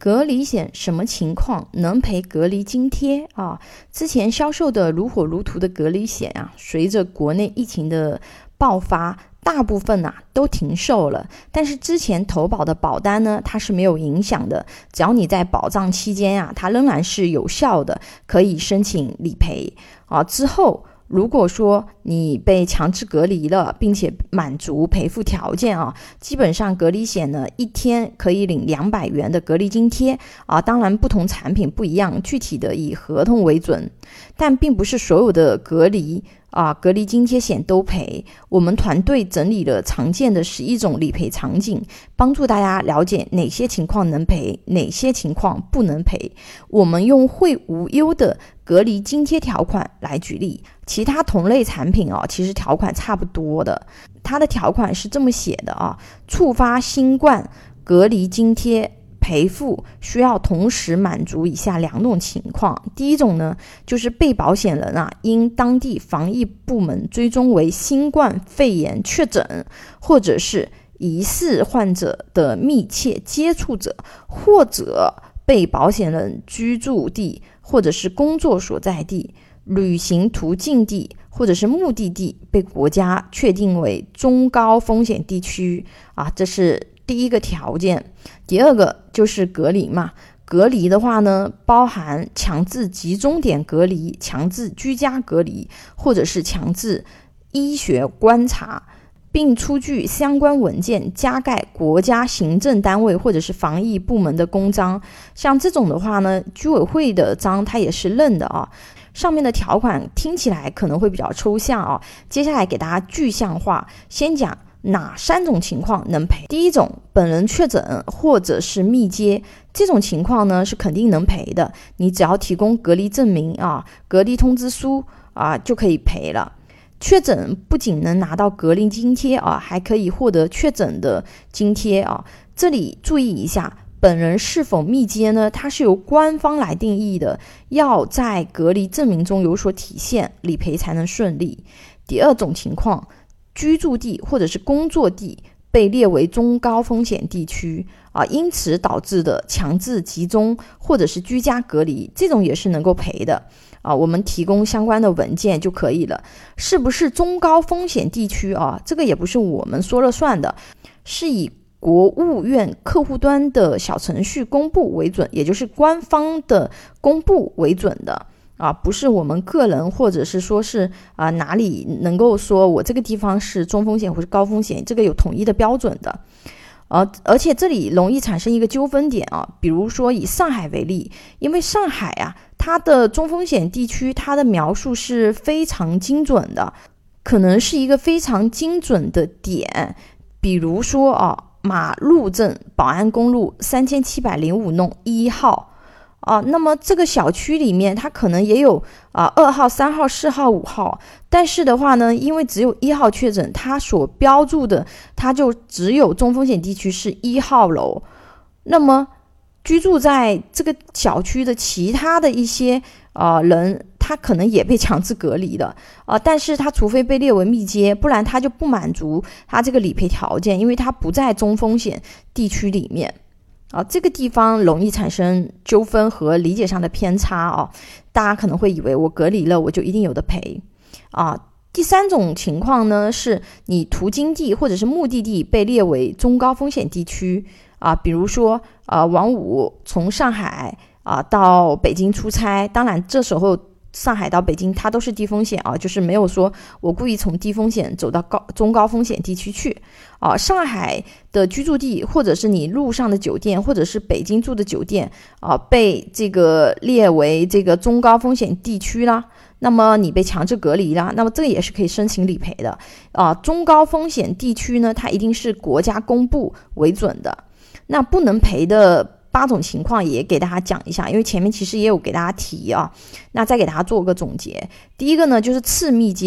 隔离险什么情况能赔隔离津贴啊？之前销售的如火如荼的隔离险啊，随着国内疫情的爆发，大部分都停售了。但是之前投保的保单呢，它是没有影响的，只要你在保障期间它仍然是有效的，可以申请理赔之后如果说你被强制隔离了，并且满足赔付条件基本上隔离险呢一天可以领200元的隔离津贴当然不同产品不一样，具体的以合同为准，但并不是所有的隔离津贴险都赔。我们团队整理了常见的11种理赔场景，帮助大家了解哪些情况能赔，哪些情况不能赔。我们用会无忧的隔离津贴条款来举例，其他同类产品其实条款差不多的。它的条款是这么写的触发新冠隔离津贴赔付需要同时满足以下2种情况。第一种呢，就是被保险人因当地防疫部门追踪为新冠肺炎确诊，或者是疑似患者的密切接触者，或者被保险人居住地或者是工作所在地、旅行途径地或者是目的地被国家确定为中高风险地区这是第一个条件。第二个就是隔离嘛，隔离的话呢，包含强制集中点隔离、强制居家隔离，或者是强制医学观察，并出具相关文件加盖国家行政单位或者是防疫部门的公章。像这种的话呢，居委会的章它也是认的上面的条款听起来可能会比较抽象接下来给大家具象化，先讲哪3种情况能赔。第一种，本人确诊或者是密接，这种情况呢是肯定能赔的，你只要提供隔离证明隔离通知书就可以赔了。确诊不仅能拿到隔离津贴还可以获得确诊的津贴这里注意一下，本人是否密接呢，它是由官方来定义的，要在隔离证明中有所体现，理赔才能顺利。第二种情况，居住地或者是工作地被列为中高风险地区因此导致的强制集中或者是居家隔离，这种也是能够赔的我们提供相关的文件就可以了。是不是中高风险地区这个也不是我们说了算的，是以国务院客户端的小程序公布为准，也就是官方的公布为准的不是我们个人或者是说是哪里能够说我这个地方是中风险或是高风险，这个有统一的标准的而且这里容易产生一个纠纷点比如说以上海为例，因为上海它的中风险地区它的描述是非常精准的，可能是一个非常精准的点，比如说马路镇宝安公路3705弄1号那么这个小区里面它可能也有2号、3号、4号、5号，但是的话呢，因为只有1号确诊，它所标注的它就只有中风险地区是1号楼，那么居住在这个小区的其他的一些人，他可能也被强制隔离了但是他除非被列为密接，不然他就不满足他这个理赔条件，因为他不在中风险地区里面这个地方容易产生纠纷和理解上的偏差大家可能会以为我隔离了我就一定有的赔第3种情况呢，是你途经地或者是目的地被列为中高风险地区比如说王五从上海到北京出差，当然这时候上海到北京它都是低风险就是没有说我故意从低风险走到中高风险地区去上海的居住地或者是你路上的酒店或者是北京住的酒店被这个列为这个中高风险地区啦，那么你被强制隔离啦，那么这个也是可以申请理赔的中高风险地区呢，它一定是国家公布为准的。那不能赔的8种情况也给大家讲一下，因为前面其实也有给大家提那再给大家做个总结。第一个呢，就是次密接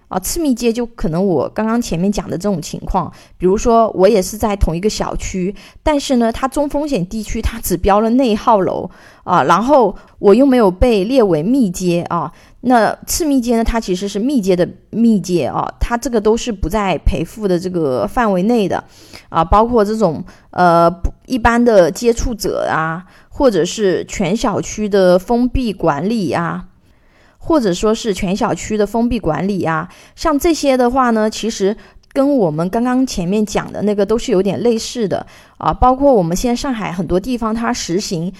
次密接就可能我刚刚前面讲的这种情况，比如说我也是在同一个小区，但是呢它中风险地区它只标了内号楼然后我又没有被列为密接那次密接呢它其实是密接的密接它这个都是不在赔付的这个范围内的包括这种一般的接触者或者是全小区的封闭管理或者说是全小区的封闭管理像这些的话呢，其实跟我们刚刚前面讲的那个都是有点类似的包括我们现在上海很多地方它实行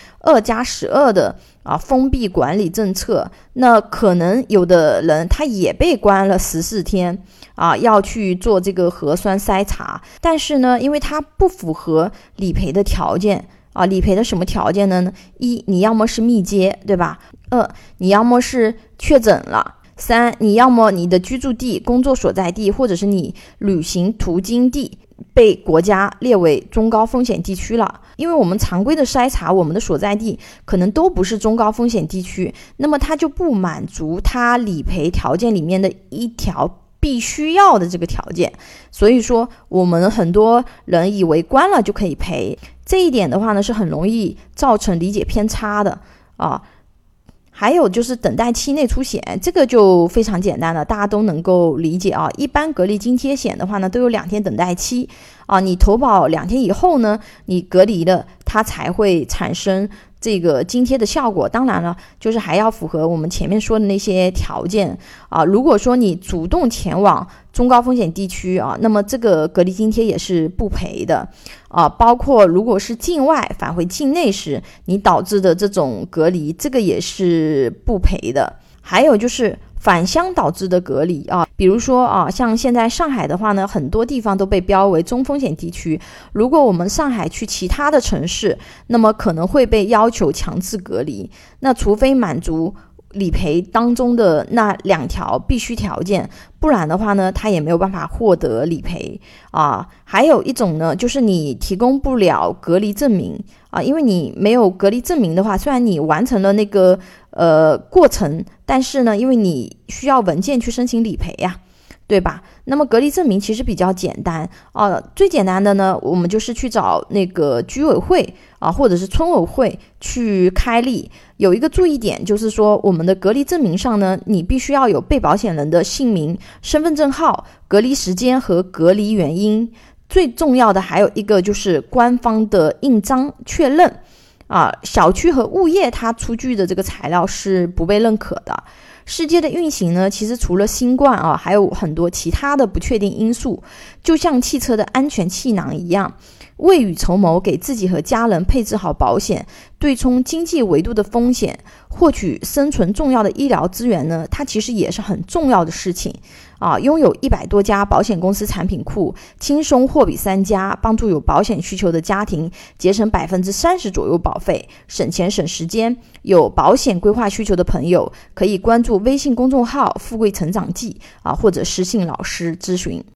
2+12的封闭管理政策，那可能有的人他也被关了14天要去做这个核酸筛查，但是呢因为他不符合理赔的条件理赔的什么条件呢？一，你要么是密接，对吧？二，你要么是确诊了。三，你要么你的居住地、工作所在地或者是你旅行途经地被国家列为中高风险地区了。因为我们常规的筛查，我们的所在地可能都不是中高风险地区，那么它就不满足它理赔条件里面的一条必须要的这个条件，所以说我们很多人以为关了就可以赔，这一点的话呢是很容易造成理解偏差的还有就是等待期内出险，这个就非常简单了，大家都能够理解一般隔离津贴险的话呢都有2天等待期你投保2天以后呢，你隔离了它才会产生这个津贴的效果。当然了，就是还要符合我们前面说的那些条件如果说你主动前往中高风险地区那么这个隔离津贴也是不赔的包括如果是境外返回境内时你导致的这种隔离，这个也是不赔的。还有就是返乡导致的隔离比如说像现在上海的话呢，很多地方都被标为中风险地区，如果我们上海去其他的城市，那么可能会被要求强制隔离，那除非满足理赔当中的那2条必须条件，不然的话呢他也没有办法获得理赔还有一种呢，就是你提供不了隔离证明因为你没有隔离证明的话，虽然你完成了那个过程，但是呢因为你需要文件去申请理赔对吧？那么隔离证明其实比较简单最简单的呢，我们就是去找那个居委会或者是村委会去开立。有一个注意点就是说，我们的隔离证明上呢，你必须要有被保险人的姓名、身份证号、隔离时间和隔离原因。最重要的还有一个就是官方的印章确认小区和物业它出具的这个材料是不被认可的。世界的运行呢，其实除了新冠还有很多其他的不确定因素，就像汽车的安全气囊一样，未雨绸缪，给自己和家人配置好保险，对冲经济维度的风险，获取生存重要的医疗资源呢，它其实也是很重要的事情拥有100多家保险公司产品库，轻松货比三家，帮助有保险需求的家庭节省30%左右保费，省钱省时间。有保险规划需求的朋友可以关注微信公众号富贵成长记或者私信老师咨询。